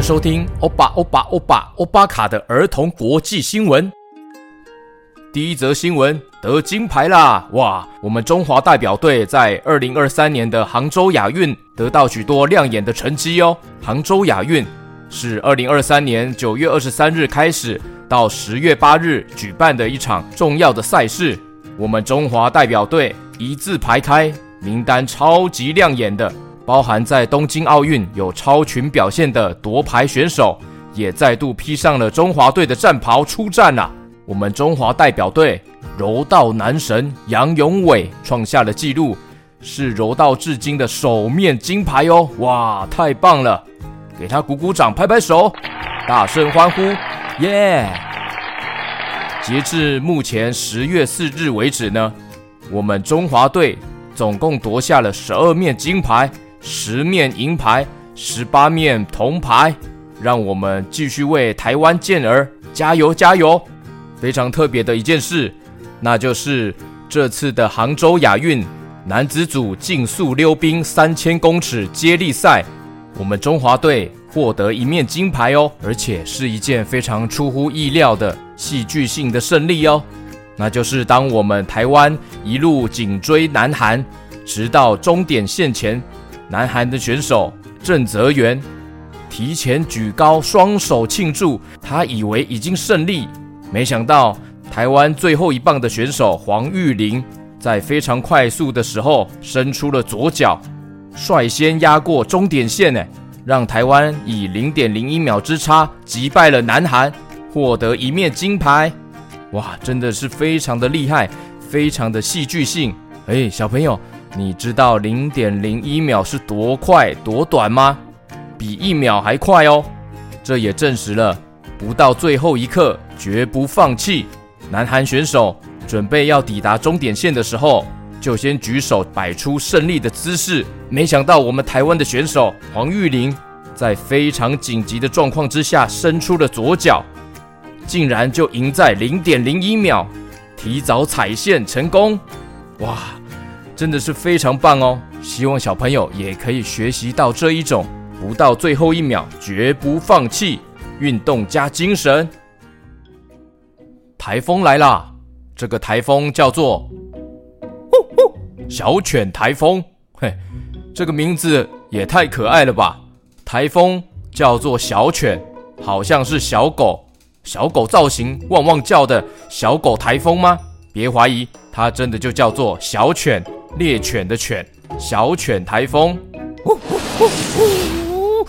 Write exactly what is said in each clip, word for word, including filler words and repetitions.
收听欧巴欧巴欧巴欧巴卡的儿童国际新闻。第一则新闻，得金牌啦！哇，我们中华代表队在二零二三年的杭州亚运得到许多亮眼的成绩哦。杭州亚运是二零二三年九月二十三日开始到十月八日举办的一场重要的赛事。我们中华代表队一字排开，名单超级亮眼的，包含在东京奥运有超群表现的夺牌选手，也再度披上了中华队的战袍出战啊！我们中华代表队柔道男神杨永伟创下了纪录，是柔道至今的首面金牌哦！哇，太棒了！给他鼓鼓掌，拍拍手，大声欢呼，耶！截至目前十月四日为止呢，我们中华队总共夺下了十二面金牌，十面银牌，十八面铜牌，让我们继续为台湾健儿加油加油！非常特别的一件事，那就是这次的杭州亚运男子组竞速溜冰三千公尺接力赛，我们中华队获得一面金牌哦，而且是一件非常出乎意料的戏剧性的胜利哦。那就是当我们台湾一路紧追南韩，直到终点线前，南韩的选手郑泽元提前举高双手庆祝，他以为已经胜利，没想到台湾最后一棒的选手黄玉玲在非常快速的时候伸出了左脚，率先压过终点线，让台湾以 零点零一秒之差击败了南韩，获得一面金牌。哇，真的是非常的厉害，非常的戏剧性。哎，小朋友，你知道 零点零一秒是多快多短吗？比一秒还快哦。这也证实了不到最后一刻绝不放弃。南韩选手准备要抵达终点线的时候，就先举手摆出胜利的姿势，没想到我们台湾的选手黄玉玲在非常紧急的状况之下伸出了左脚，竟然就赢在 零点零一秒，提早踩线成功。哇，真的是非常棒哦！希望小朋友也可以学习到这一种不到最后一秒绝不放弃，运动加精神。台风来啦，这个台风叫做呼呼小犬台风。嘿，这个名字也太可爱了吧！台风叫做小犬，好像是小狗，小狗造型汪汪叫的小狗台风吗？别怀疑，它真的就叫做小犬，猎犬的犬，小犬台风。呼呼呼呼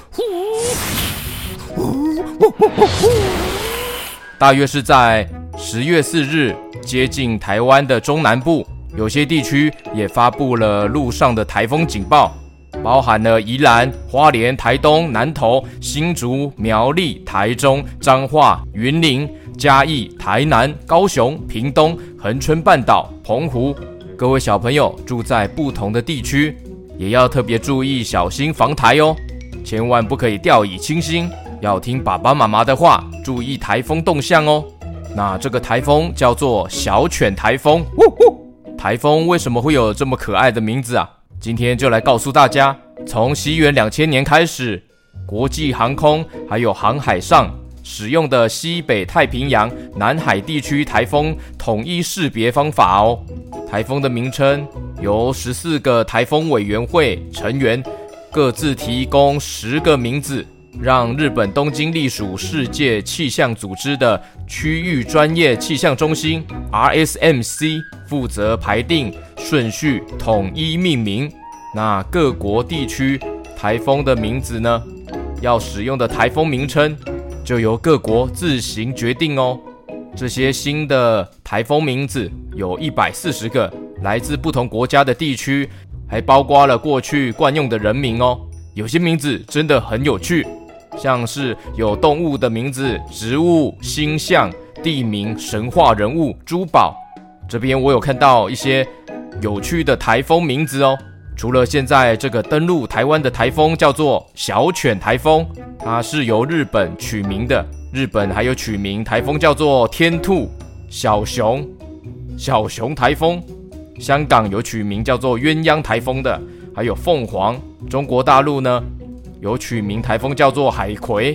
呼呼呼大约是在十月四日接近台湾的中南部，有些地区也发布了陆上的台风警报，包含了宜兰、花莲、台东、南投、新竹、苗栗、台中、彰化、云林、嘉义、台南、高雄、屏东、恒春半岛、澎湖。各位小朋友住在不同的地区，也要特别注意小心防台哦，千万不可以掉以轻心，要听爸爸妈妈的话，注意台风动向哦。那这个台风叫做小犬台风。呜呜，台风为什么会有这么可爱的名字啊？今天就来告诉大家，从西元两千年开始，国际航空还有航海上使用的西北太平洋、南海地区台风统一识别方法哦。台风的名称由十四个台风委员会成员各自提供十个名字，让日本东京隶属世界气象组织的区域专业气象中心 R S M C 负责排定顺序，统一命名。那各国地区台风的名字呢，要使用的台风名称就由各国自行决定哦。这些新的台风名字有一百四十个，来自不同国家的地区，还包括了过去惯用的人名哦。有些名字真的很有趣，像是有动物的名字、植物、星象、地名、神话人物、珠宝。这边我有看到一些有趣的台风名字哦。除了现在这个登陆台湾的台风叫做小犬台风，它是由日本取名的，日本还有取名台风叫做天兔、小熊、小熊台风。香港有取名叫做鸳鸯台风的，还有凤凰。中国大陆呢有取名台风叫做海葵，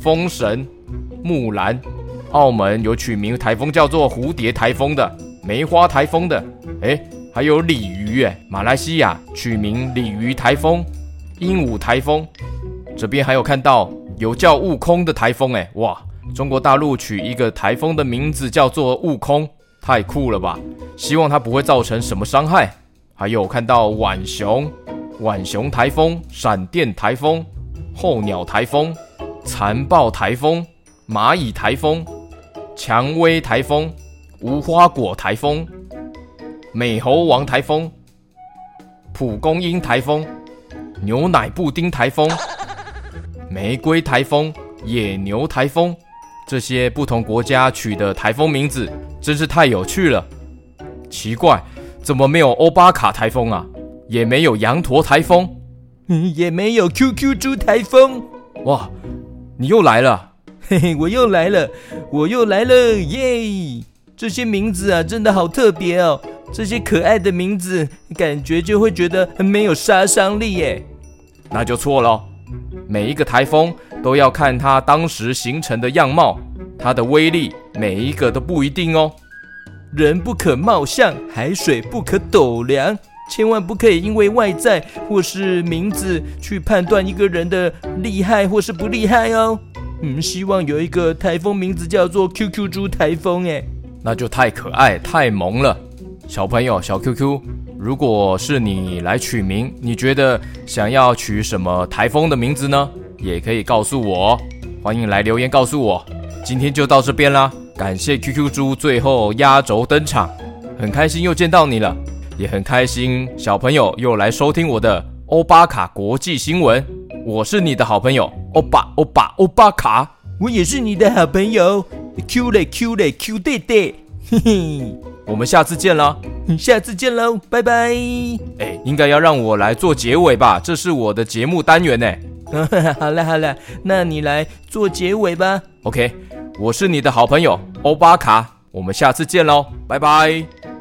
风神、木兰。澳门有取名台风叫做蝴蝶台风的，梅花台风的，诶，还有鲤鱼诶，马来西亚取名鲤鱼台风、鹦鹉台风。这边还有看到有叫悟空的台风诶，哇，中国大陆取一个台风的名字叫做悟空，太酷了吧，希望它不会造成什么伤害。还有看到浣熊、浣熊台风、闪电台风、候鸟台风、残暴台风、蚂蚁台风、蔷薇台风、无花果台风、美猴王台风、蒲公英台风、牛奶布丁台风、玫瑰台风、野牛台风。这些不同国家取的台风名字真是太有趣了。奇怪，怎么没有欧巴卡台风啊？也没有羊驼台风， 也没有 Q Q 猪台风。 哇，你又来了。 嘿嘿，我又来了，我又来了，耶！这些名字啊，真的好特别哦。这些可爱的名字，感觉就会觉得很没有杀伤力耶。 那就错了，每一个台风都要看它当时形成的样貌，它的威力每一个都不一定哦。 人不可貌相，海水不可斗量，千万不可以因为外在或是名字去判断一个人的厉害或是不厉害哦。嗯，希望有一个台风名字叫做 Q Q 猪台风耶， 那就太可爱太萌了。小朋友小 Q Q， 如果是你来取名，你觉得想要取什么台风的名字呢？也可以告诉我，欢迎来留言告诉我。今天就到这边啦，感谢 Q Q 猪最后压轴登场，很开心又见到你了，也很开心小朋友又来收听我的欧巴卡国际新闻。我是你的好朋友欧巴欧巴欧巴卡， 我也是你的好朋友 Q 嘞 Q 嘞 Q 弟弟，嘿嘿， 我们下次见了， 下次见喽，拜拜。 哎，应该要让我来做结尾吧，这是我的节目单元呢。 好了好了，那你来做结尾吧。 OK， 我是你的好朋友欧巴卡，我们下次见喽，拜拜。